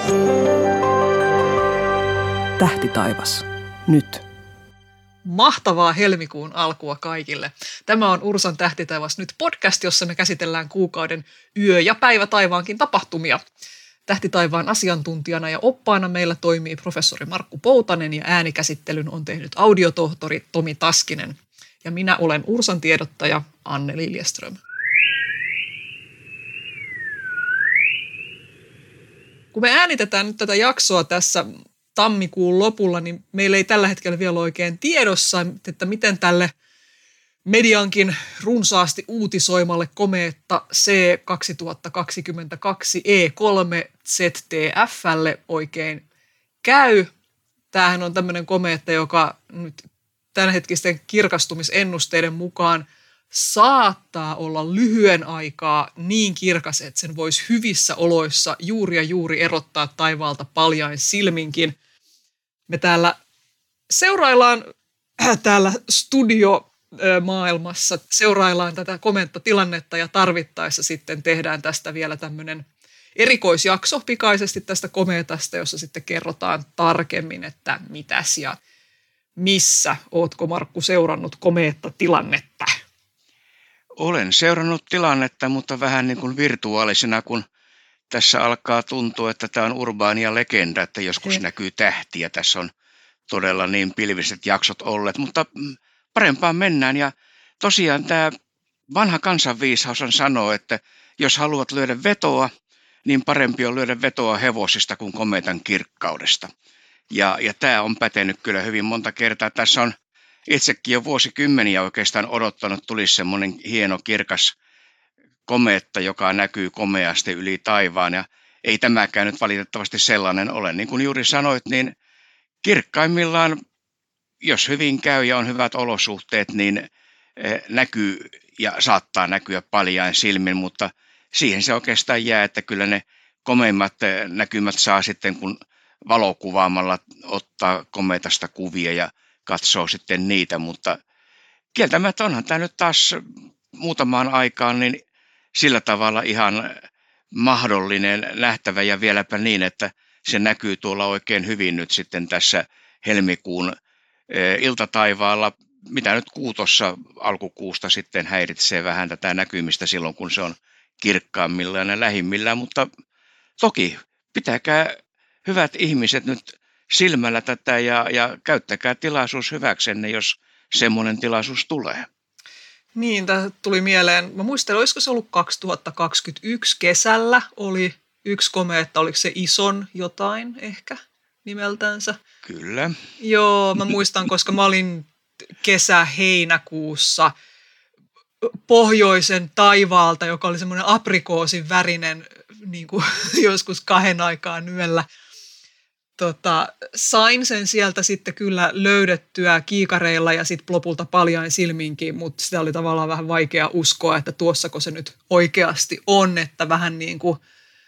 Tähtitaivas. Nyt. Mahtavaa helmikuun alkua kaikille. Tämä on Ursan Tähtitaivas nyt podcast, jossa me käsitellään kuukauden yö- ja päivätaivaankin tapahtumia. Tähtitaivaan asiantuntijana ja oppaana meillä toimii professori Markku Poutanen ja äänikäsittelyn on tehnyt audiotohtori Tomi Taskinen. Ja minä olen Ursan tiedottaja Anne Liljeström. Kun me äänitetään nyt tätä jaksoa tässä tammikuun lopulla, niin meillä ei tällä hetkellä vielä oikein tiedossa, että miten tälle mediankin runsaasti uutisoimalle komeetta C2022 E3 ZTF:lle oikein käy. Tämähän on tämmöinen komeetta, joka nyt tämänhetkisten kirkastumisennusteiden mukaan saattaa olla lyhyen aikaa niin kirkas, että sen voisi hyvissä oloissa juuri erottaa taivaalta paljain silminkin. Me seuraillaan täällä studiomaailmassa, seuraillaan tätä komeetta tilannetta ja tarvittaessa sitten tehdään tästä vielä tämmöinen erikoisjakso pikaisesti tästä komeetasta, jossa sitten kerrotaan tarkemmin, että mitäs ja missä. Ootko Markku seurannut komeetta-tilannetta? Olen seurannut tilannetta, mutta vähän niin kuin virtuaalisena, kun tässä alkaa tuntua, että tämä on urbaania legenda, että joskus näkyy tähtiä. Tässä on todella niin pilviset jaksot olleet, mutta parempaan mennään. Ja tosiaan tämä vanha kansanviisaus sanoo, että jos haluat lyödä vetoa, niin parempi on lyödä vetoa hevosista kuin komeetan kirkkaudesta. Ja tämä on pätenyt kyllä hyvin monta kertaa. Tässä on itsekin jo vuosikymmeniä oikeastaan odottanut, tulisi semmoinen hieno kirkas komeetta, joka näkyy komeasti yli taivaan. Ja ei tämäkään nyt valitettavasti sellainen ole. Niin kuin juuri sanoit, niin kirkkaimmillaan, jos hyvin käy ja on hyvät olosuhteet, niin näkyy ja saattaa näkyä paljain silmin, mutta siihen se oikeastaan jää, että kyllä ne komeimmat näkymät saa sitten, kun valokuvaamalla ottaa kometasta kuvia ja katsoo sitten niitä, mutta kieltämättä onhan tämä nyt taas muutamaan aikaan niin sillä tavalla ihan mahdollinen nähtävä ja vieläpä niin, että se näkyy tuolla oikein hyvin nyt sitten tässä helmikuun iltataivaalla, mitä nyt kuutossa alkukuusta sitten häiritsee vähän tätä näkymistä silloin, kun se on kirkkaammillaan ja lähimmillään, mutta toki pitäkää hyvät ihmiset nyt silmällä tätä ja käyttäkää tilaisuus hyväksenne, jos semmoinen tilaisuus tulee. Niin, tämä tuli mieleen. Mä muistelen, olisiko se ollut 2021 kesällä oli yksi komeetta, oliko se Ison jotain ehkä nimeltänsä? Kyllä. Joo, mä muistan, koska mä olin heinäkuussa pohjoisen taivaalta, joka oli semmoinen aprikoosin värinen niin kuin joskus 2 aikaan yöllä. Sain sen sieltä sitten kyllä löydettyä kiikareilla ja sitten lopulta paljain silminkin, mutta sitä oli tavallaan vähän vaikea uskoa, että tuossako se nyt oikeasti on, että vähän niin kuin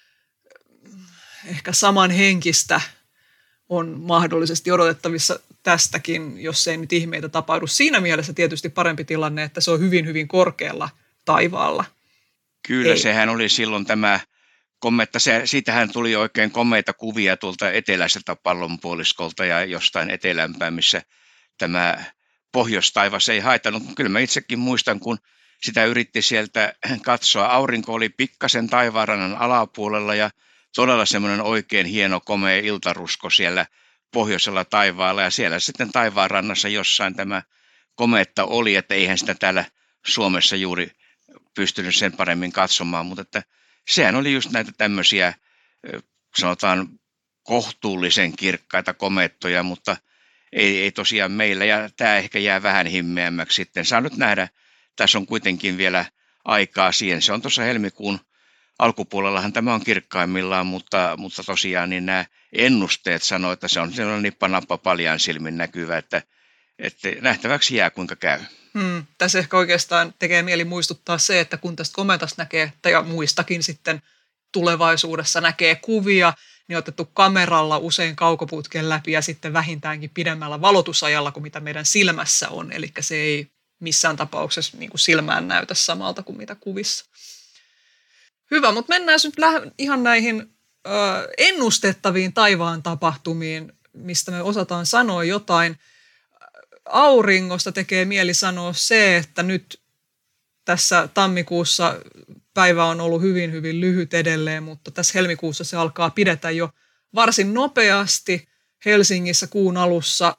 ehkä samanhenkistä on mahdollisesti odotettavissa tästäkin, jos ei nyt ihmeitä tapahdu. Siinä mielessä tietysti parempi tilanne, että se on hyvin korkealla taivaalla. Kyllä, sehän oli silloin tämä kometta, siitähän tuli oikein komeita kuvia tuolta eteläiseltä pallonpuoliskolta ja jostain etelämpää, missä tämä pohjoistaivas ei haitannut. Kyllä mä itsekin muistan, kun sitä yritti sieltä katsoa. Aurinko oli pikkasen taivaanrannan alapuolella ja todella semmoinen oikein hieno komea iltarusko siellä pohjoisella taivaalla. Ja siellä sitten taivaanrannassa jossain tämä kometta oli, että eihän sitä täällä Suomessa juuri pystynyt sen paremmin katsomaan, mutta että sehän oli just näitä tämmöisiä, sanotaan, kohtuullisen kirkkaita komettoja, mutta ei tosiaan meillä. Ja tämä ehkä jää vähän himmeämmäksi sitten. Saa nyt nähdä, tässä on kuitenkin vielä aikaa siihen. Se on tuossa helmikuun alkupuolellahan tämä on kirkkaimmillaan, mutta tosiaan niin nämä ennusteet sanoo, että se on sellainen nippanappa paljain silmin näkyvä, että nähtäväksi jää kuinka käy. Tässä ehkä oikeastaan tekee mieli muistuttaa se, että kun tästä kometasta näkee, ja muistakin sitten tulevaisuudessa näkee kuvia, niin otettu kameralla usein kaukoputken läpi ja sitten vähintäänkin pidemmällä valotusajalla kuin mitä meidän silmässä on. Eli se ei missään tapauksessa niin kuin silmään näytä samalta kuin mitä kuvissa. Hyvä, mutta mennään nyt ihan näihin ennustettaviin taivaan tapahtumiin, mistä me osataan sanoa jotain. Auringosta tekee mieli sanoa se, että nyt tässä tammikuussa päivä on ollut hyvin, hyvin lyhyt edelleen, mutta tässä helmikuussa se alkaa pidetä jo varsin nopeasti. Helsingissä kuun alussa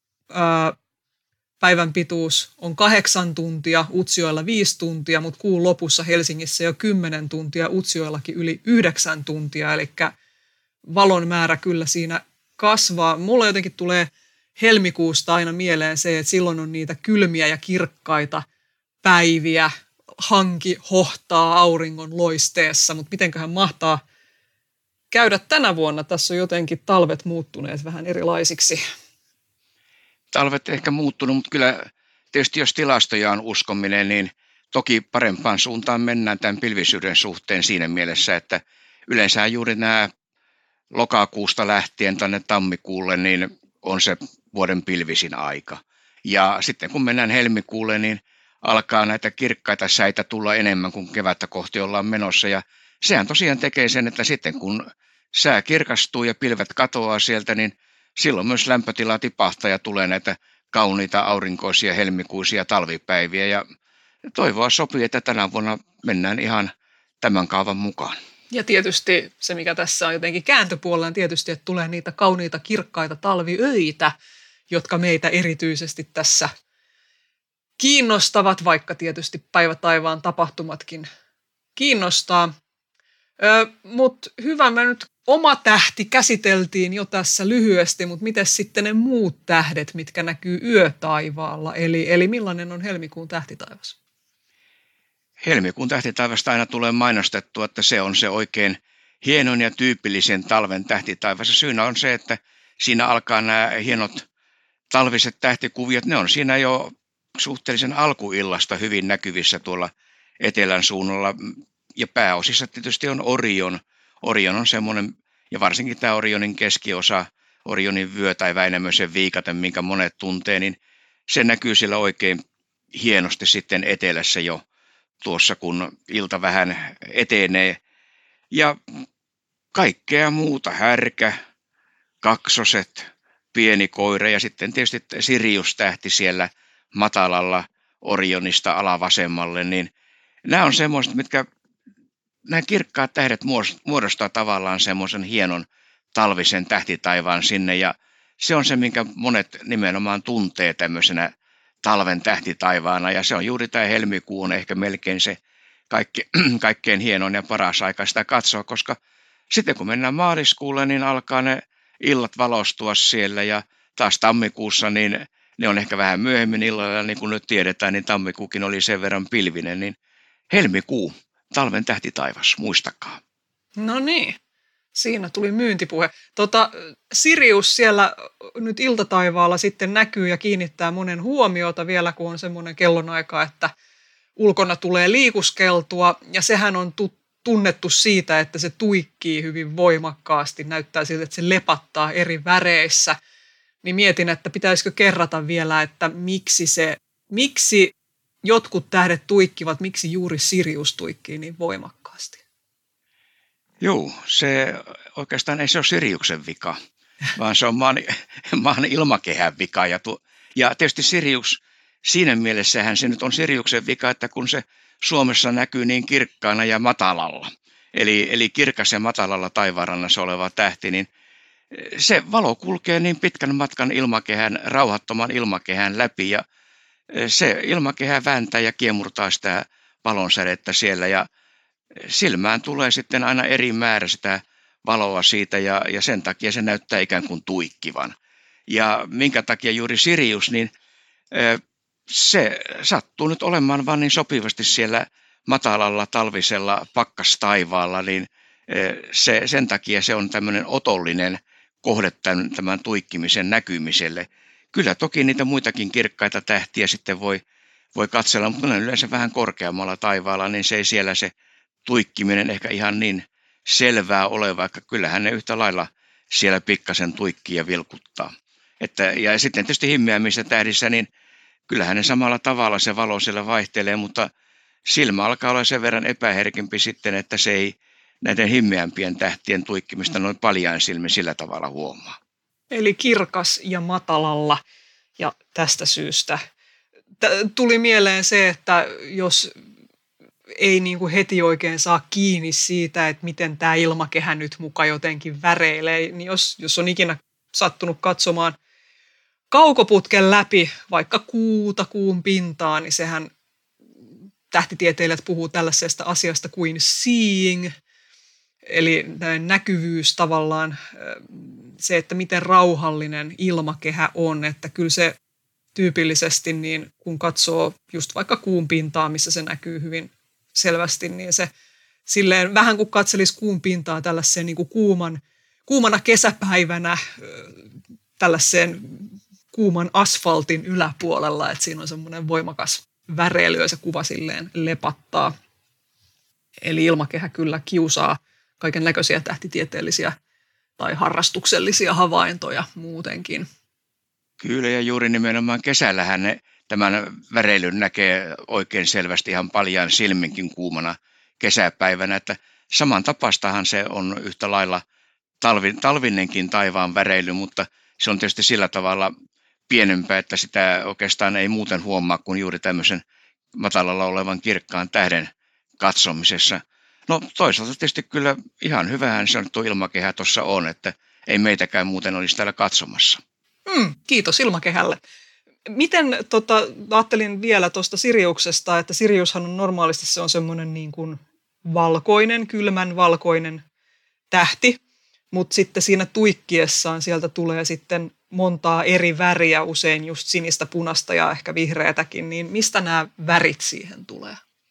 päivän pituus on 8 tuntia, Utsjoella 5 tuntia, mutta kuun lopussa Helsingissä jo 10 tuntia, Utsjoellakin yli 9 tuntia, eli valon määrä kyllä siinä kasvaa. Mulla jotenkin tulee helmikuusta aina mieleen se, että silloin on niitä kylmiä ja kirkkaita päiviä, hanki hohtaa auringon loisteessa, mutta mitenköhän mahtaa käydä tänä vuonna? Tässä on jotenkin talvet muuttuneet vähän erilaisiksi. Talvet ehkä muuttunut, mutta kyllä tietysti jos tilastoja on uskominen, niin toki parempaan suuntaan mennään tämän pilvisyyden suhteen siinä mielessä, että yleensä juuri nämä lokakuusta lähtien tänne tammikuulle, niin on se vuoden pilvisin aika. Ja sitten kun mennään helmikuulle, niin alkaa näitä kirkkaita säitä tulla enemmän kuin kevättä kohti ollaan menossa. Ja sehän tosiaan tekee sen, että sitten kun sää kirkastuu ja pilvet katoaa sieltä, niin silloin myös lämpötila tipahtaa ja tulee näitä kauniita aurinkoisia helmikuisia talvipäiviä. Ja toivoa sopii, että tänä vuonna mennään ihan tämän kaavan mukaan. Ja tietysti se, mikä tässä on jotenkin kääntöpuolella, on tietysti, että tulee niitä kauniita kirkkaita talviöitä, jotka meitä erityisesti tässä kiinnostavat, vaikka tietysti päivätaivaan tapahtumatkin kiinnostaa. Mutta hyvä, me nyt oma tähti käsiteltiin jo tässä lyhyesti, mutta miten sitten ne muut tähdet, mitkä näkyy yötaivaalla, eli millainen on helmikuun tähtitaivas? Helmikuun tähtitaivasta aina tulee mainostettua, että se on se oikein hienon ja tyypillisen talven tähtitaivas. Syynä on se, että siinä alkaa nämä hienot talviset tähtikuviot, ne on siinä jo suhteellisen alkuillasta hyvin näkyvissä tuolla etelän suunnalla. Ja pääosissa tietysti on Orion. Orion on semmoinen, ja varsinkin tämä Orionin keskiosa, Orionin vyö tai Väinämöisen viikate, minkä monet tuntee, niin se näkyy siellä oikein hienosti sitten etelässä jo tuossa, kun ilta vähän etenee. Ja kaikkea muuta, härkä, kaksoset, pieni koira ja sitten tietysti Sirius-tähti siellä matalalla Orionista alavasemmalle, niin nämä on semmoiset, mitkä nämä kirkkaat tähdet muodostaa tavallaan semmoisen hienon talvisen tähtitaivaan sinne ja se on se, minkä monet nimenomaan tuntee tämmöisenä talven tähtitaivaana ja se on juuri tämä helmikuu on ehkä melkein se kaikkein hienoin ja paras aika sitä katsoa, koska sitten kun mennään maaliskuulle, niin alkaa ne illat valostua siellä ja taas tammikuussa, niin ne on ehkä vähän myöhemmin illalla, niin kuin nyt tiedetään, niin tammikuukin oli sen verran pilvinen, niin helmikuu, talven tähtitaivas, muistakaa. No niin, siinä tuli myyntipuhe. Sirius siellä nyt iltataivaalla sitten näkyy ja kiinnittää monen huomiota vielä, kun on semmoinen kellonaika, että ulkona tulee liikuskeltua ja sehän on tunnettu siitä, että se tuikkii hyvin voimakkaasti, näyttää siltä, että se lepattaa eri väreissä. Niin mietin, että pitäisikö kerrata vielä, että miksi jotkut tähdet tuikkivat, miksi juuri Sirius tuikkii niin voimakkaasti? Joo, se oikeastaan ei se ole Siriuksen vika, vaan se on maan ilmakehän vika. Ja tietysti Sirius, siinä mielessähän se nyt on Siriuksen vika, että kun se Suomessa näkyy niin kirkkaana ja matalalla, eli kirkas ja matalalla taivaanrannassa oleva tähti, niin se valo kulkee niin pitkän matkan ilmakehän, rauhattoman ilmakehän läpi ja se ilmakehä vääntää ja kiemurtaa sitä valonsädettä siellä ja silmään tulee sitten aina eri määrä sitä valoa siitä ja sen takia se näyttää ikään kuin tuikkivan. Ja minkä takia juuri Sirius, niin se sattuu nyt olemaan vaan niin sopivasti siellä matalalla talvisella pakkastaivaalla, niin sen takia se on tämmöinen otollinen kohde tämän tuikkimisen näkymiselle. Kyllä toki niitä muitakin kirkkaita tähtiä sitten voi katsella, mutta ne on yleensä vähän korkeammalla taivaalla, niin se ei siellä se tuikkiminen ehkä ihan niin selvää ole, vaikka kyllähän ne yhtä lailla siellä pikkasen tuikkii ja vilkuttaa. Ja sitten tietysti himmeämissä tähdissä, niin kyllähän ne samalla tavalla se valo siellä vaihtelee, mutta silmä alkaa olla sen verran epäherkempi sitten, että se ei näiden himmeämpien tähtien tuikkimista noin paljain silmin sillä tavalla huomaa. Eli kirkas ja matalalla, ja tästä syystä tuli mieleen se, että jos ei niin kuin heti oikein saa kiinni siitä, että miten tämä ilmakehä nyt muka jotenkin väreilee, niin jos on ikinä sattunut katsomaan kaukoputken läpi vaikka kuuta, kuun pintaa, niin sehän tähtitieteilijät puhuu tällaisesta asiasta kuin seeing, eli näkyvyys tavallaan, se, että miten rauhallinen ilmakehä on, että kyllä se tyypillisesti, niin kun katsoo just vaikka kuun pintaa, missä se näkyy hyvin selvästi, niin se silleen vähän kuin katselisi kuun pintaa tällaiseen niin kuin kuumana kesäpäivänä tällaiseen kuuman asfaltin yläpuolella, että siinä on semmoinen voimakas väreily ja se kuva silleen lepattaa. Eli ilmakehä kyllä kiusaa kaiken näköisiä tähtitieteellisiä tai harrastuksellisia havaintoja muutenkin. Kyllä, ja juuri nimenomaan kesällähän tämän väreilyn näkee oikein selvästi ihan paljaan silminkin kuumana kesäpäivänä, että samantapaistahan se on yhtä lailla talvinnenkin taivaan väreily, mutta se on tietysti sillä tavalla pienempää, että sitä oikeastaan ei muuten huomaa kuin juuri tämmöisen matalalla olevan kirkkaan tähden katsomisessa. No toisaalta tietysti kyllä ihan hyvähän se tuo ilmakehä tuossa on, että ei meitäkään muuten olisi täällä katsomassa. Kiitos ilmakehälle. Miten, ajattelin vielä tuosta Siriuksesta, että Siriushan on normaalisti se on semmoinen niin kuin valkoinen, kylmän valkoinen tähti, mutta sitten siinä tuikkiessaan sieltä tulee sitten montaa eri väriä, usein just sinistä, punaista ja ehkä vihreätäkin, niin mistä nämä värit siihen tulee?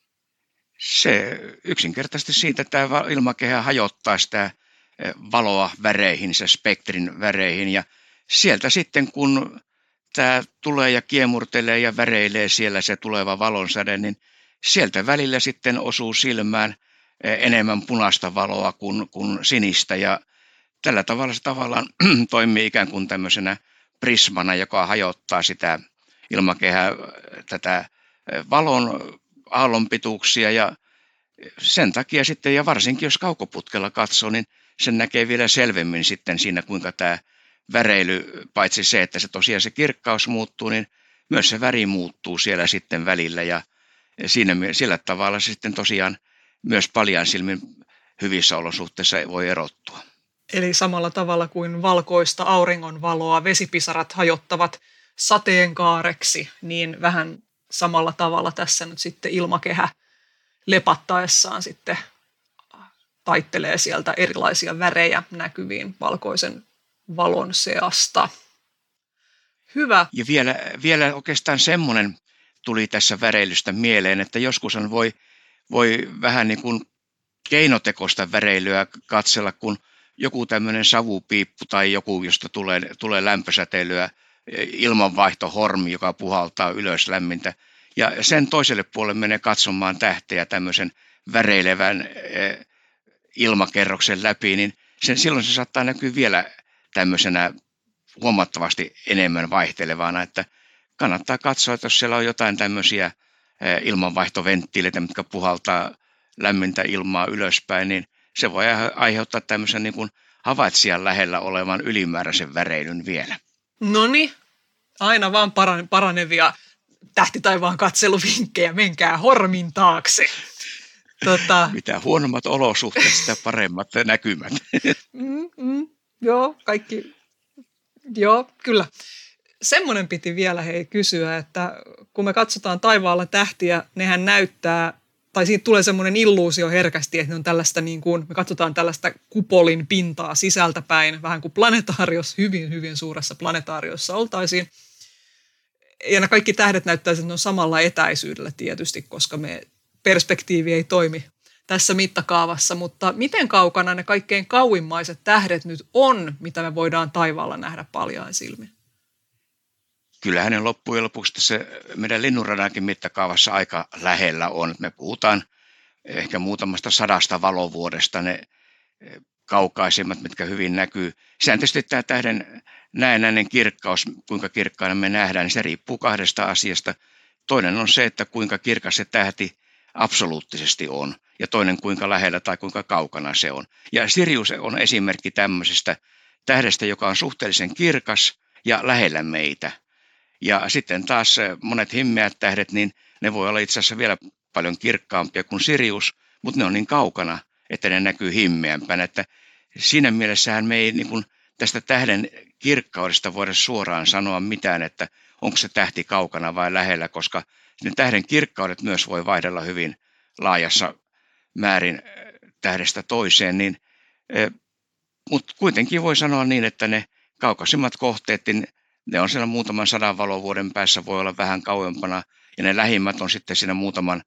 Se yksinkertaisesti siitä, että tämä ilmakehä hajottaa sitä valoa väreihin, se spektrin väreihin, ja sieltä sitten kun tämä tulee ja kiemurtelee ja väreilee siellä se tuleva valonsäde, niin sieltä välillä sitten osuu silmään enemmän punaista valoa kuin sinistä, ja tällä tavalla se tavallaan toimii ikään kuin tämmöisenä prismana, joka hajottaa sitä ilmakehää, tätä valon aallonpituuksia, ja sen takia sitten, ja varsinkin jos kaukoputkella katsoo, niin sen näkee vielä selvemmin sitten siinä, kuinka tämä väreily, paitsi se, että se tosiaan se kirkkaus muuttuu, niin myös se väri muuttuu siellä sitten välillä, ja sillä tavalla se sitten tosiaan myös paljain silmin hyvissä olosuhteissa voi erottua. Eli samalla tavalla kuin valkoista auringonvaloa vesipisarat hajottavat sateenkaareksi, niin vähän samalla tavalla tässä nyt sitten ilmakehä lepattaessaan sitten taittelee sieltä erilaisia värejä näkyviin valkoisen valon seasta. Hyvä. Ja vielä oikeastaan semmoinen tuli tässä väreilystä mieleen, että joskushan voi vähän niin kuin keinotekoista väreilyä katsella, kun joku tämmöinen savupiippu tai joku, josta tulee lämpösäteilyä, ilmanvaihtohormi, joka puhaltaa ylös lämmintä. Ja sen toiselle puolelle menee katsomaan tähteä tämmöisen väreilevän ilmakerroksen läpi, niin silloin se saattaa näkyä vielä tämmöisenä huomattavasti enemmän vaihtelevana, että kannattaa katsoa, että jos siellä on jotain tämmöisiä ilmanvaihtoventtiileitä, mitkä puhaltaa lämmintä ilmaa ylöspäin, niin se voi aiheuttaa tämmöisen niin kuin havaitsijan lähellä olevan ylimääräisen väreilyn vielä. Noniin, aina vaan paranevia tähtitaivaan katseluvinkkejä, menkää hormin taakse. Mitä huonommat olosuhteet, sitä paremmat näkymät. Joo, kaikki. Joo, kyllä. Semmoinen piti vielä kysyä, että kun me katsotaan taivaalla tähtiä, nehän näyttää, tai siitä tulee semmoinen illuusio herkästi, että ne on tällaista niin kuin, me katsotaan tällaista kupolin pintaa sisältäpäin, vähän kuin planetaariossa, hyvin, hyvin suuressa planetaariossa oltaisiin. Ja nämä kaikki tähdet näyttäisivät, että ne on samalla etäisyydellä tietysti, koska me perspektiivi ei toimi tässä mittakaavassa, mutta miten kaukana ne kaikkein kauimmaiset tähdet nyt on, mitä me voidaan taivaalla nähdä paljain silmin? Kyllähän ne loppujen lopuksi tässä meidän linnunradankin mittakaavassa aika lähellä on. Me puhutaan ehkä muutamasta 100 valovuodesta ne kaukaisimmat, mitkä hyvin näkyy. Sehän tietysti tämä tähden näennäinen kirkkaus, kuinka kirkkaana me nähdään, niin se riippuu 2 asiasta. Toinen on se, että kuinka kirkas se tähti absoluuttisesti on, ja toinen kuinka lähellä tai kuinka kaukana se on. Ja Sirius on esimerkki tämmöisestä tähdestä, joka on suhteellisen kirkas ja lähellä meitä. Ja sitten taas monet himmeät tähdet, niin ne voi olla itse asiassa vielä paljon kirkkaampia kuin Sirius, mutta ne on niin kaukana, että ne näkyy himmeämpänä. Että siinä mielessähän me ei niin kuin tästä tähden kirkkaudesta voida suoraan sanoa mitään, että onko se tähti kaukana vai lähellä, koska ne tähden kirkkaudet myös voi vaihdella hyvin laajassa määrin tähdestä toiseen, mutta kuitenkin voi sanoa niin, että ne kaukaisimmat kohteet, niin ne on siellä muutaman 100 valovuoden päässä, voi olla vähän kauempana, ja ne lähimmät on sitten siinä muutaman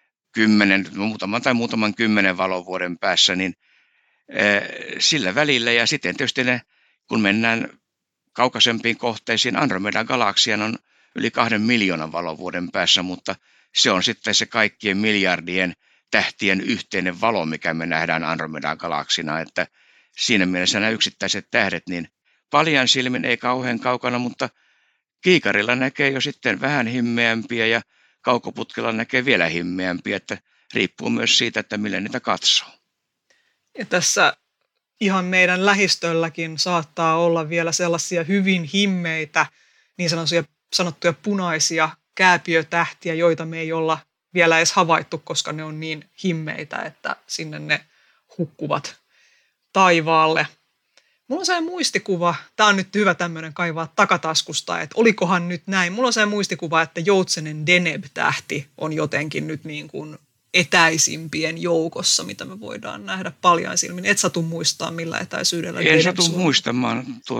10 valovuoden päässä, niin sillä välillä. Ja sitten tietysti kun mennään kaukaisempiin kohteisiin, Andromedan galaksian on yli 2 miljoonan valovuoden päässä, mutta se on sitten se kaikkien miljardien tähtien yhteinen valo, mikä me nähdään Andromedan galaksina, että siinä mielessä nämä yksittäiset tähdet, niin paljain silmin ei kauhean kaukana, mutta kiikarilla näkee jo sitten vähän himmeämpiä ja kaukoputkella näkee vielä himmeämpiä, että riippuu myös siitä, että millä niitä katsoo. Ja tässä ihan meidän lähistölläkin saattaa olla vielä sellaisia hyvin himmeitä, niin sanottuja punaisia kääpiötähtiä, joita me ei olla vielä edes havaittu, koska ne on niin himmeitä, että sinne ne hukkuvat taivaalle. Mulla on sellainen muistikuva, tämä on nyt hyvä tämmöinen kaivaa takataskusta, että olikohan nyt näin. Mulla on sellainen muistikuva, että Joutsenen Deneb-tähti on jotenkin nyt niin kuin etäisimpien joukossa, mitä me voidaan nähdä paljain silmin. Et satu muistaa, millä etäisyydellä En satu muistamaan,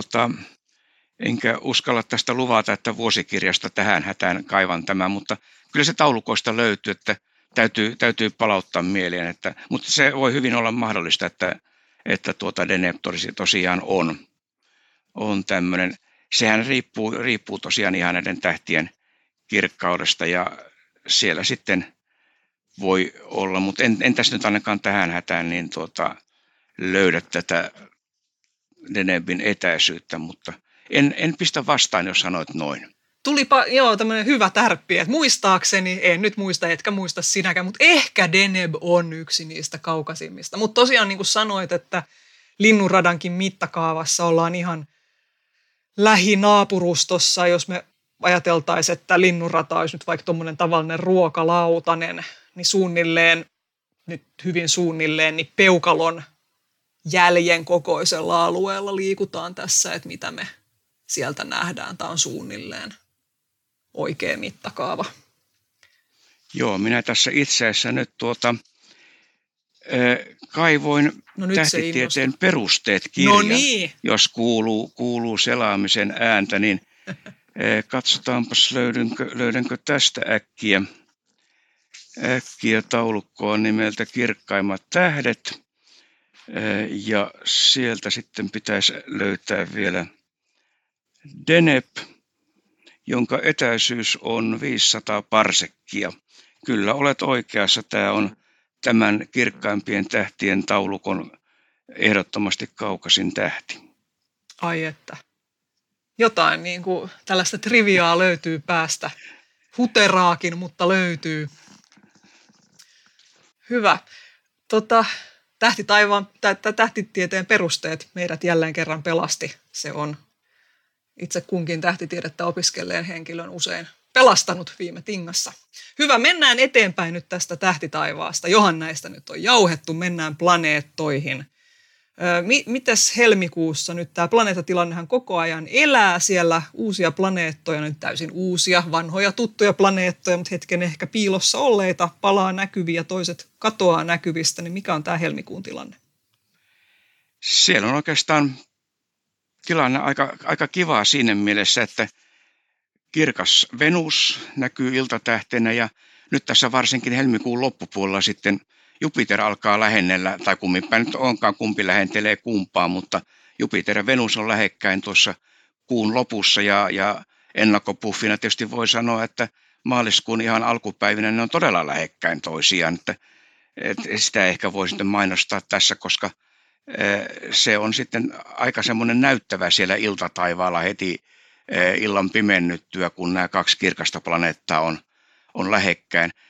enkä uskalla tästä luvata, että vuosikirjasta tähän hätään kaivan tämän, mutta kyllä se taulukoista löytyy, että täytyy palauttaa mieleen, mutta se voi hyvin olla mahdollista, että Deneb tosiaan on tämmöinen. Sehän riippuu tosiaan ihan näiden tähtien kirkkaudesta ja siellä sitten voi olla, mutta en tässä nyt ainakaan tähän hätään niin löydä tätä Denebin etäisyyttä, mutta en pistä vastaan, jos sanoit noin. Tulipa tämmöinen hyvä tärppi, että muistaakseni, en nyt muista, etkä muista sinäkään, mutta ehkä Deneb on yksi niistä kaukaisimmista. Mutta tosiaan niin kuin sanoit, että linnunradankin mittakaavassa ollaan ihan lähinaapurustossa, jos me ajateltaisiin, että linnunrata olisi nyt vaikka tuommoinen tavallinen ruokalautanen, niin hyvin suunnilleen, niin peukalon jäljen kokoisella alueella liikutaan tässä, että mitä me sieltä nähdään. Tämä on suunnilleen oikea mittakaava. Joo, minä tässä itse asiassa nyt kaivoin tähtitieteen perusteet kirjan. Niin. Jos kuuluu selaamisen ääntä, niin katsotaanpas löydänkö tästä äkkiä taulukkoa nimeltä Kirkkaimmat tähdet. Ja sieltä sitten pitäisi löytää vielä Deneb, jonka etäisyys on 500 parsekkia. Kyllä olet oikeassa, tämä on tämän kirkkaimpien tähtien taulukon ehdottomasti kaukaisin tähti. Ai että. Jotain niin kuin tällaista triviaa löytyy päästä. Huteraakin, mutta löytyy. Hyvä. Tähtitieteen perusteet meidät jälleen kerran pelasti. Se on itse kunkin tähtitiedettä opiskelleen henkilön usein pelastanut viime tingassa. Hyvä, mennään eteenpäin nyt tästä tähtitaivaasta. Johan näistä nyt on jauhettu, mennään planeettoihin. Mites helmikuussa nyt tämä planeettatilannehan koko ajan elää siellä, uusia planeettoja, nyt täysin uusia, vanhoja tuttuja planeettoja, mutta hetken ehkä piilossa olleita, palaa näkyviä, toiset katoaa näkyvistä, niin mikä on tämä helmikuun tilanne? Siellä on oikeastaan tilanne aika kivaa siinä mielessä, että kirkas Venus näkyy iltatähtenä ja nyt tässä varsinkin helmikuun loppupuolella sitten Jupiter alkaa lähennellä, tai kumminpäin nyt onkaan kumpi lähentelee kumpaa, mutta Jupiter ja Venus on lähekkäin tuossa kuun lopussa ja ennakkopuffina tietysti voi sanoa, että maaliskuun ihan alkupäivinä ne on todella lähekkäin toisiaan, että sitä ehkä voi sitten mainostaa tässä, koska se on sitten aika semmoinen näyttävä siellä iltataivaalla heti illan pimennyttyä, kun nämä kaksi kirkasta planeettaa on lähekkäin.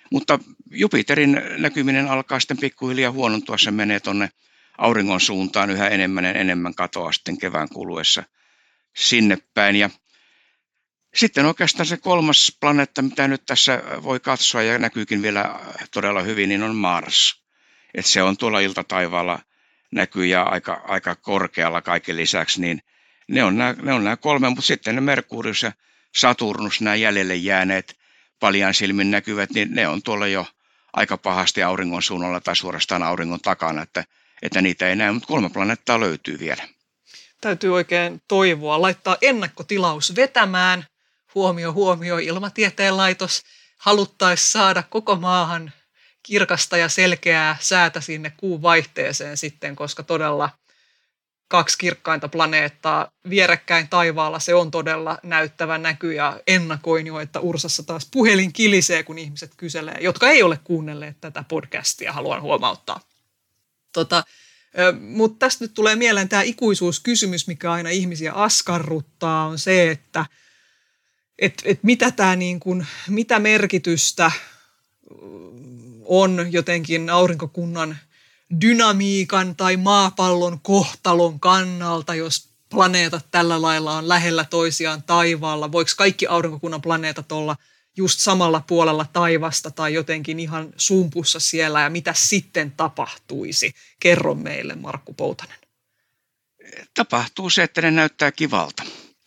Mutta Jupiterin näkyminen alkaa sitten pikkuhiljaa huonontua, se menee tuonne auringon suuntaan yhä enemmän ja enemmän katoaa sitten kevään kuluessa sinne päin. Ja sitten oikeastaan se kolmas planeetta, mitä nyt tässä voi katsoa ja näkyykin vielä todella hyvin, niin on Mars. Et se on tuolla iltataivaalla näkyy ja aika korkealla kaiken lisäksi, niin ne on nämä kolme, mutta sitten ne Merkurius ja Saturnus, nämä jäljelle jääneet paljain silmin näkyvät, niin ne on tuolla jo aika pahasti auringon suunnalla tai suorastaan auringon takana, että niitä ei näe, mutta 3 planeettaa löytyy vielä. Täytyy oikein toivoa, laittaa ennakkotilaus vetämään, huomio, Ilmatieteen laitos, haluttaisiin saada koko maahan kirkasta ja selkeää säätä sinne kuun vaihteeseen sitten, koska todella 2 kirkkainta planeettaa vierekkäin taivaalla, se on todella näyttävä näky ja ennakoin jo, että Ursassa taas puhelin kilisee, kun ihmiset kyselee, jotka ei ole kuunnelleet tätä podcastia, haluan huomauttaa. Mutta tästä nyt tulee mieleen tämä ikuisuuskysymys, mikä aina ihmisiä askarruttaa, on se, että mitä tämä niin kuin, mitä merkitystä on jotenkin aurinkokunnan dynamiikan tai maapallon kohtalon kannalta, jos planeetat tällä lailla on lähellä toisiaan taivaalla. Voiko kaikki aurinkokunnan planeetat olla just samalla puolella taivasta tai jotenkin ihan sumpussa siellä ja mitä sitten tapahtuisi? Kerro meille, Markku Poutanen. Tapahtuu se, että ne näyttää kivalta.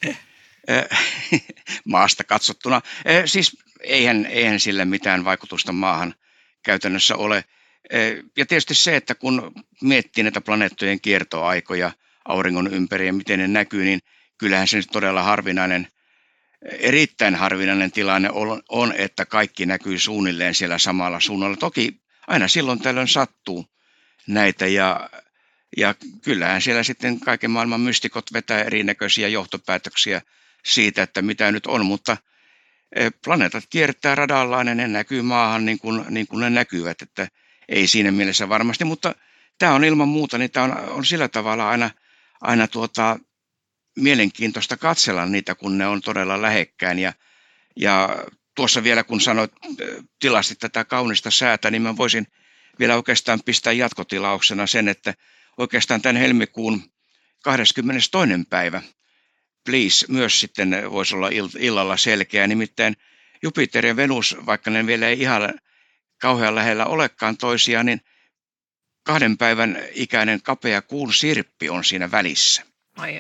Maasta katsottuna. Siis eihän sillä mitään vaikutusta maahan käytännössä ole. Ja tietysti se, että kun miettii näitä planeettojen kiertoaikoja auringon ympäri ja miten ne näkyy, niin kyllähän se nyt todella erittäin harvinainen tilanne on, että kaikki näkyy suunnilleen siellä samalla suunnalla. Toki aina silloin tällöin sattuu näitä ja kyllähän siellä sitten kaiken maailman mystikot vetää erinäköisiä johtopäätöksiä siitä, että mitä nyt on, mutta planeetat kiertää radallaan ja ne näkyy maahan niin kuin ne näkyvät, että ei siinä mielessä varmasti, mutta tämä on ilman muuta, niin tämä on sillä tavalla aina mielenkiintoista katsella niitä, kun ne on todella lähekkäin ja tuossa vielä kun sanoit tilastit tätä kaunista säätä, niin mä voisin vielä oikeastaan pistää jatkotilauksena sen, että oikeastaan tämän helmikuun 22. päivä please myös sitten voisi olla illalla selkeä, nimittäin Jupiter ja Venus, vaikka ne vielä ei ihan kauhean lähellä olekaan toisiaan, niin 2 päivän ikäinen kapea kuun sirppi on siinä välissä. Ai.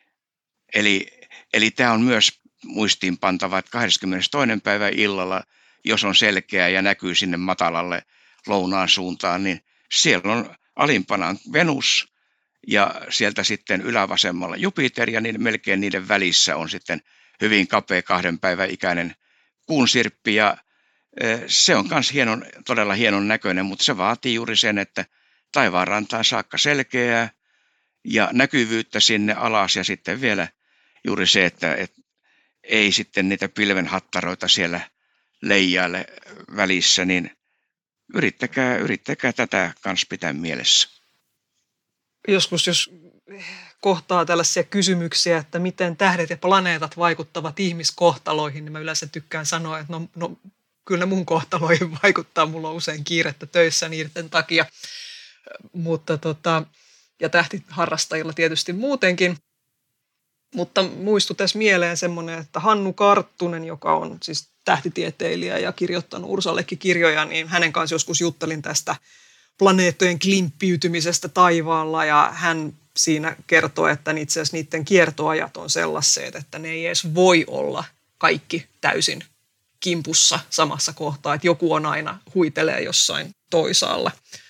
Eli tämä on myös muistiinpantava, että 22. päivä illalla, jos on selkeä ja näkyy sinne matalalle lounaan suuntaan, niin siellä on alimpana Venus ja sieltä sitten ylävasemmalla Jupiter ja niin melkein niiden välissä on sitten hyvin kapea 2 päivän ikäinen kuun sirppi ja se on myös todella hienon näköinen, mutta se vaatii juuri sen, että taivaanrantaan saakka selkeää ja näkyvyyttä sinne alas ja sitten vielä juuri se, että ei sitten niitä pilvenhattaroita siellä leijaile välissä, niin yrittäkää tätä kanssa pitää mielessä. Joskus, jos kohtaa tällaisia kysymyksiä, että miten tähdet ja planeetat vaikuttavat ihmiskohtaloihin, niin mä yleensä tykkään sanoa, että no kyllä ne mun kohtaloihin vaikuttaa, mulla on usein kiirettä töissä niiden takia, mutta ja tähtiharrastajilla tietysti muutenkin. Mutta muistui tässä mieleen semmoinen, että Hannu Karttunen, joka on siis tähtitieteilijä ja kirjoittanut Ursallekin kirjoja, niin hänen kanssa joskus juttelin tästä planeettojen klimppiytymisestä taivaalla ja hän siinä kertoo, että itse asiassa niiden kiertoajat on sellaiset, että ne ei edes voi olla kaikki täysin kimpussa samassa kohtaa, että joku on aina huitelee jossain toisaalla.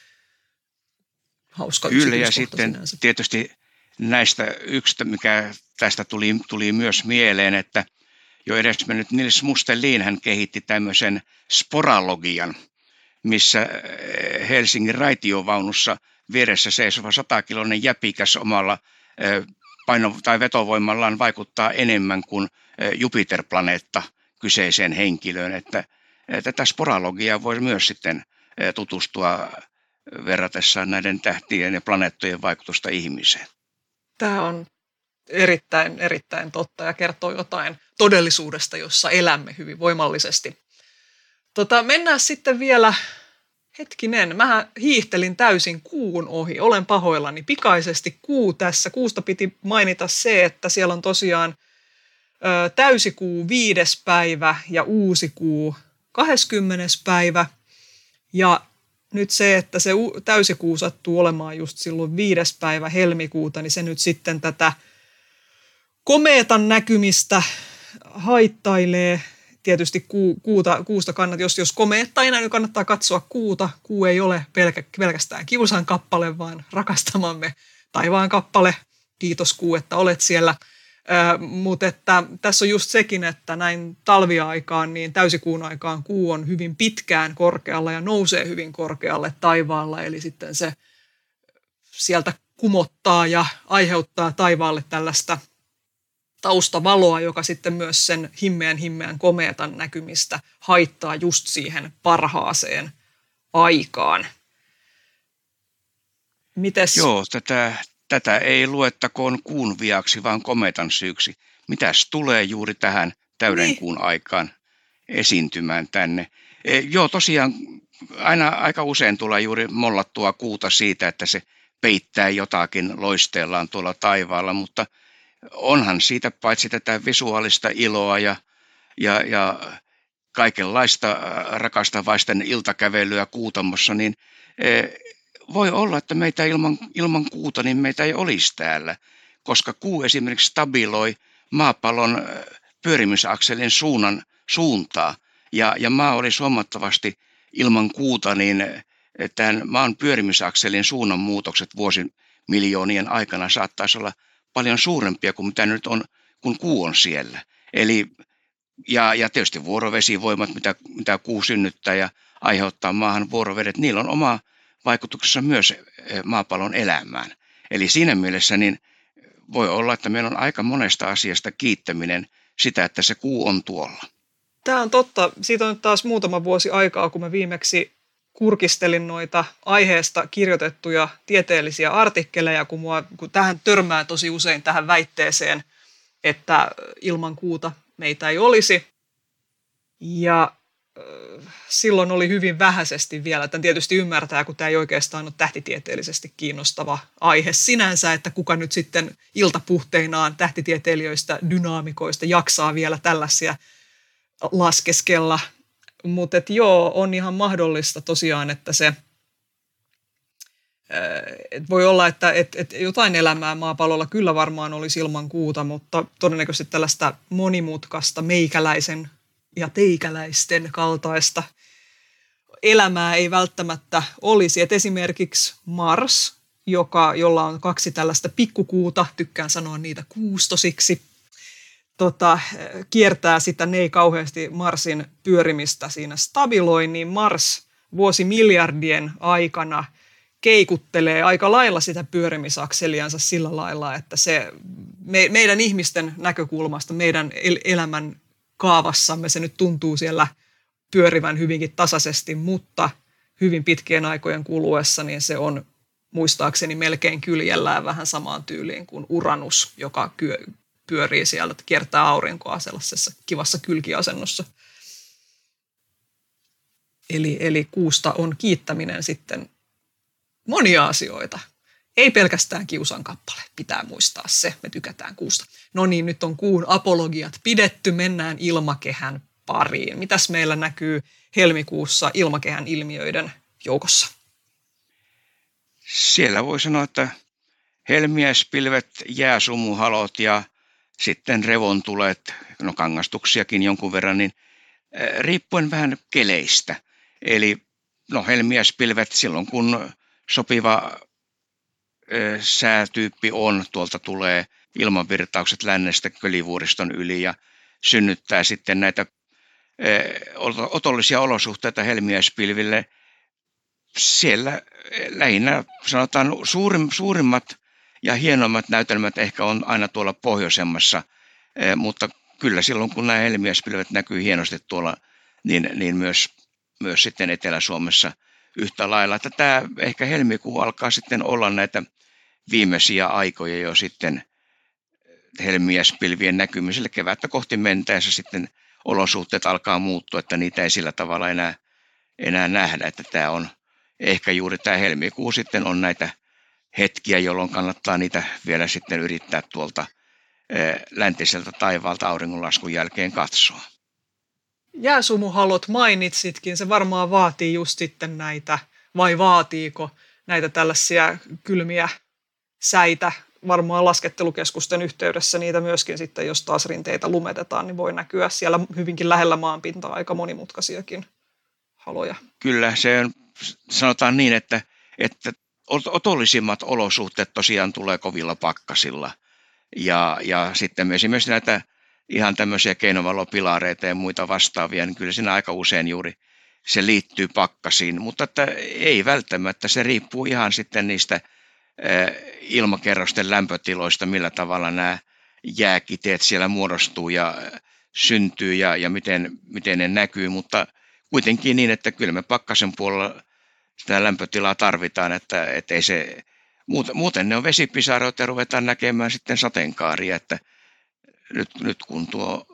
Hauska kyllä ja sitten sinänsä. Tietysti näistä yksi, mikä tästä tuli myös mieleen, että jo edesmennyt Nils Mustelin hän kehitti tämmöisen sporalogian, missä Helsingin raitiovaunussa vieressä seisova 100-kiloinen jäpikäs omalla paino- tai vetovoimallaan vaikuttaa enemmän kuin Jupiter-planeetta kyseiseen henkilöön. Että tätä sporalogiaa voi myös sitten tutustua verratessaan näiden tähtien ja planeettojen vaikutusta ihmiseen. Tämä on erittäin totta ja kertoo jotain todellisuudesta, jossa elämme hyvin voimallisesti. Mennään sitten vielä, hetkinen, mä hiihtelin täysin kuun ohi, olen pahoillani pikaisesti kuu tässä. Kuusta piti mainita se, että siellä on tosiaan täysikuu 5. päivä ja uusi kuu 20. päivä. Ja nyt se, että se täysikuu sattuu olemaan just silloin 5. päivä helmikuuta, niin se nyt sitten tätä komeetan näkymistä haittailee. Tietysti kuusta kannattaa, jos komeetta ei näy, niin kannattaa katsoa kuuta. Kuu ei ole pelkästään kiusan kappale, vaan rakastamamme taivaan kappale. Kiitos kuu, että olet siellä. Mutta että tässä on just sekin, että näin talviaikaan, niin täysikuun aikaan kuu on hyvin pitkään korkealla ja nousee hyvin korkealle taivaalla. Eli sitten se sieltä kumottaa ja aiheuttaa taivaalle tällaista taustavaloa, joka sitten myös sen himmeän komeetan näkymistä haittaa just siihen parhaaseen aikaan. Mites? Joo, tätä ei luettakoon kuun viaksi, vaan kometan syyksi. Mitäs tulee juuri tähän täydenkuun aikaan esiintymään tänne? Joo, tosiaan aika usein tulee juuri mollattua kuuta siitä, että se peittää jotakin loisteellaan tuolla taivaalla, mutta onhan siitä paitsi tätä visuaalista iloa ja kaikenlaista rakastavaisten iltakävelyä Kuutamossa, niin voi olla, että meitä ilman kuuta niin meitä ei olisi täällä, koska kuu esimerkiksi stabiloi maapallon pyörimisakselin suuntaa ja maa olisi huomattavasti ilman kuuta, niin tämän maan pyörimisakselin suunnanmuutokset vuosimiljoonien aikana saattaisi olla paljon suurempia kuin mitä nyt on, kun kuu on siellä. Eli, ja tietysti vuorovesivoimat, mitä kuu synnyttää ja aiheuttaa maahan vuorovedet, niillä on oma vaikutuksessa myös maapallon elämään. Eli siinä mielessä niin voi olla, että meillä on aika monesta asiasta kiittäminen sitä, että se kuu on tuolla. Tämä on totta. Siitä on nyt taas muutama vuosi aikaa, kun mä viimeksi kurkistelin noita aiheesta kirjoitettuja tieteellisiä artikkeleja, kun tähän törmää tosi usein tähän väitteeseen, että ilman kuuta meitä ei olisi. Ja silloin oli hyvin vähäisesti vielä. Tämän tietysti ymmärtää, kun tämä ei oikeastaan ole tähtitieteellisesti kiinnostava aihe sinänsä, että kuka nyt sitten iltapuhteinaan tähtitieteilijöistä, dynaamikoista jaksaa vielä tällaisia laskeskella. Mutta joo, on ihan mahdollista tosiaan, että se voi olla, että jotain elämää maapallolla kyllä varmaan olisi ilman kuuta, mutta todennäköisesti tällaista monimutkaista meikäläisen ja teikäläisten kaltaista elämää ei välttämättä olisi. Et esimerkiksi Mars, jolla on 2 tällaista pikkukuuta, tykkään sanoa niitä kuustosiksi, kiertää sitä, ne ei kauheasti Marsin pyörimistä siinä stabiloi, niin Mars vuosimiljardien aikana keikuttelee aika lailla sitä pyörimisakseliansa sillä lailla, että se meidän ihmisten näkökulmasta, meidän elämän kaavassamme se nyt tuntuu siellä pyörivän hyvinkin tasaisesti, mutta hyvin pitkien aikojen kuluessa niin se on muistaakseni melkein kyljellään vähän samaan tyyliin kuin Uranus, joka pyörii siellä, kiertää aurinkoa sellaisessa kivassa kylkiasennossa. Eli kuusta on kiittäminen sitten monia asioita. Ei pelkästään kiusan kappale, pitää muistaa se, me tykätään kuusta. No niin, nyt on kuun apologiat pidetty, mennään ilmakehän pariin. Mitäs meillä näkyy helmikuussa ilmakehän ilmiöiden joukossa? Siellä voi sanoa, että helmiäispilvet, jääsumuhalot ja sitten revontulet, no kangastuksiakin jonkun verran, niin riippuen vähän keleistä. Eli no helmiäispilvet silloin kun sopiva säätyyppi on, tuolta tulee ilmanvirtaukset lännestä Kölivuoriston yli ja synnyttää sitten näitä otollisia olosuhteita helmiäispilville. Siellä lähinnä sanotaan suurimmat ja hienommat näytelmät ehkä on aina tuolla pohjoisemmassa, mutta kyllä silloin kun nämä helmiäispilvet näkyy hienosti tuolla, niin myös sitten Etelä-Suomessa yhtä lailla. Että tämä ehkä helmikuu alkaa sitten olla näitä viimeisiä aikoja jo sitten helmiäispilvien näkymiselle. Kevättä kohti mentäessä sitten olosuhteet alkaa muuttua, että niitä ei sillä tavalla enää nähdä, että tämä on ehkä juuri tämä helmikuu sitten on näitä hetkiä, jolloin kannattaa niitä vielä sitten yrittää tuolta läntiseltä taivaalta auringonlaskun jälkeen katsoa. Jääsumuhalot mainitsitkin, se varmaan vaatii just sitten näitä, vai vaatiiko näitä tällaisia kylmiä säitä, varmaan laskettelukeskusten yhteydessä niitä myöskin sitten, jos taas rinteitä lumetetaan, niin voi näkyä siellä hyvinkin lähellä maanpintaa aika monimutkaisiakin haloja. Kyllä, se on, sanotaan niin, että otollisimmat olosuhteet tosiaan tulee kovilla pakkasilla. Ja sitten esimerkiksi näitä ihan tämmöisiä keinovalopilareita ja muita vastaavia, niin kyllä siinä aika usein juuri se liittyy pakkasiin. Mutta että ei välttämättä, se riippuu ihan sitten niistä ilmakerrosten lämpötiloista, millä tavalla nämä jääkiteet siellä muodostuu ja syntyy ja miten ne näkyy, mutta kuitenkin niin, että kyllä me pakkasen puolella sitä lämpötilaa tarvitaan, että ei se, muuten ne on vesipisaroita ja ruvetaan näkemään sitten sateenkaaria, että nyt kun tuo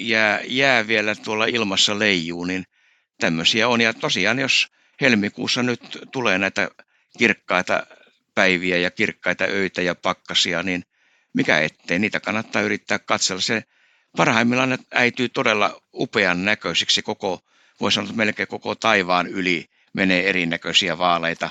jää vielä tuolla ilmassa leijuu, niin tämmöisiä on. Ja tosiaan, jos helmikuussa nyt tulee näitä kirkkaita päiviä ja kirkkaita öitä ja pakkasia, niin mikä ettei, niitä kannattaa yrittää katsella. Se parhaimmillaan ne äityy todella upean näköisiksi voi sanoa, että melkein koko taivaan yli menee erinäköisiä vaaleita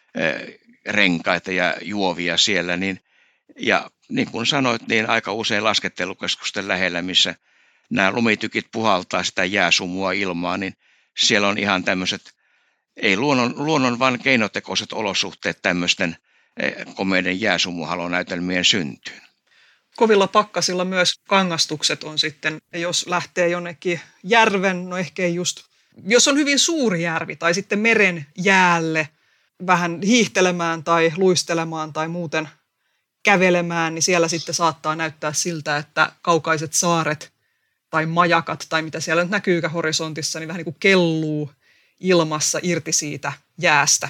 renkaita ja juovia siellä. Ja niin kuin sanoit, niin aika usein laskettelukeskusten lähellä, missä nämä lumitykit puhaltaa sitä jääsumua ilmaan, niin siellä on ihan tämmöiset, ei luonnon vaan keinotekoiset olosuhteet tämmöisten komeiden jääsumuhalonäytelmien syntyyn. Kovilla pakkasilla myös kangastukset on sitten, jos lähtee jonnekin järven, no ehkä ei just, jos on hyvin suuri järvi tai sitten meren jäälle vähän hiihtelemään tai luistelemaan tai muuten kävelemään, niin siellä sitten saattaa näyttää siltä, että kaukaiset saaret tai majakat tai mitä siellä nyt näkyykään horisontissa, niin vähän niin kuin kelluu ilmassa irti siitä jäästä.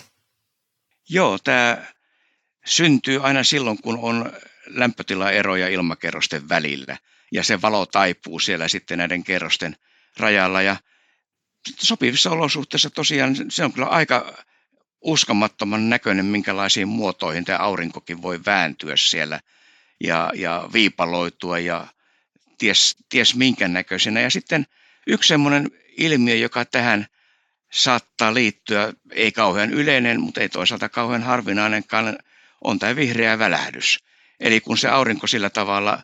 Joo, tämä syntyy aina silloin, kun on lämpötilaeroja ilmakerrosten välillä ja se valo taipuu siellä sitten näiden kerrosten rajalla ja sopivissa olosuhteissa tosiaan se on kyllä aika uskomattoman näköinen, minkälaisiin muotoihin tämä aurinkokin voi vääntyä siellä ja viipaloitua ja ties minkä näköisenä. Ja sitten yksi semmoinen ilmiö, joka tähän saattaa liittyä, ei kauhean yleinen, mutta ei toisaalta kauhean harvinainenkaan, on tämä vihreä välähdys. Eli kun se aurinko sillä tavalla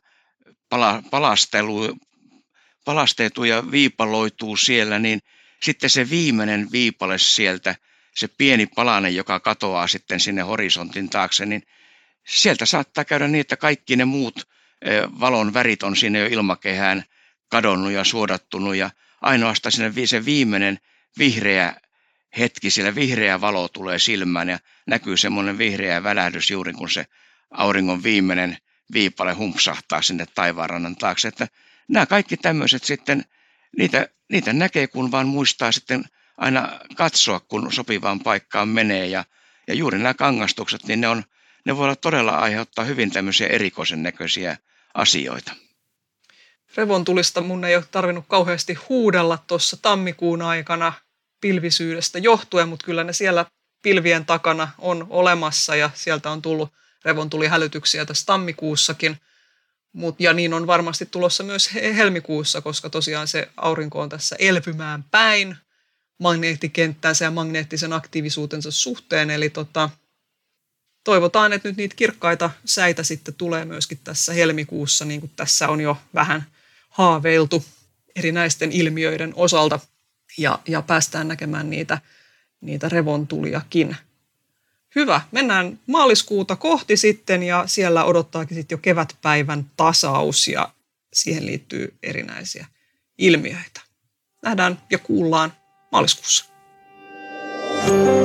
palasteetuu ja viipaloituu siellä, niin sitten se viimeinen viipale sieltä, se pieni palanen, joka katoaa sitten sinne horisontin taakse, niin sieltä saattaa käydä niin, että kaikki ne muut valon värit on sinne jo ilmakehään kadonnut ja suodattunut ja ainoastaan sinne se viimeinen vihreä hetki, siellä vihreä valo tulee silmään ja näkyy semmoinen vihreä välähdys juuri kun se auringon viimeinen viipale humpsahtaa sinne taivaanrannan taakse. Että nämä kaikki tämmöiset sitten, niitä näkee kun vaan muistaa sitten aina katsoa, kun sopivaan paikkaan menee ja juuri nämä kangastukset, niin ne voi olla todella aiheuttaa hyvin tämmöisiä erikoisen näköisiä asioita. Revontulista mun ei ole tarvinnut kauheasti huudella tuossa tammikuun aikana pilvisyydestä johtuen, mutta kyllä ne siellä pilvien takana on olemassa ja sieltä on tullut revontulihälytyksiä tässä tammikuussakin. Ja niin on varmasti tulossa myös helmikuussa, koska tosiaan se aurinko on tässä elpymään päin magneettikenttänsä ja magneettisen aktiivisuutensa suhteen. Eli toivotaan, että nyt niitä kirkkaita säitä sitten tulee myöskin tässä helmikuussa, niin kuin tässä on jo vähän haaveiltu erinäisten ilmiöiden osalta. Ja päästään näkemään niitä revontuliakin. Hyvä, mennään maaliskuuta kohti sitten ja siellä odottaakin sitten jo kevätpäivän tasaus ja siihen liittyy erinäisiä ilmiöitä. Nähdään ja kuullaan maaliskuussa.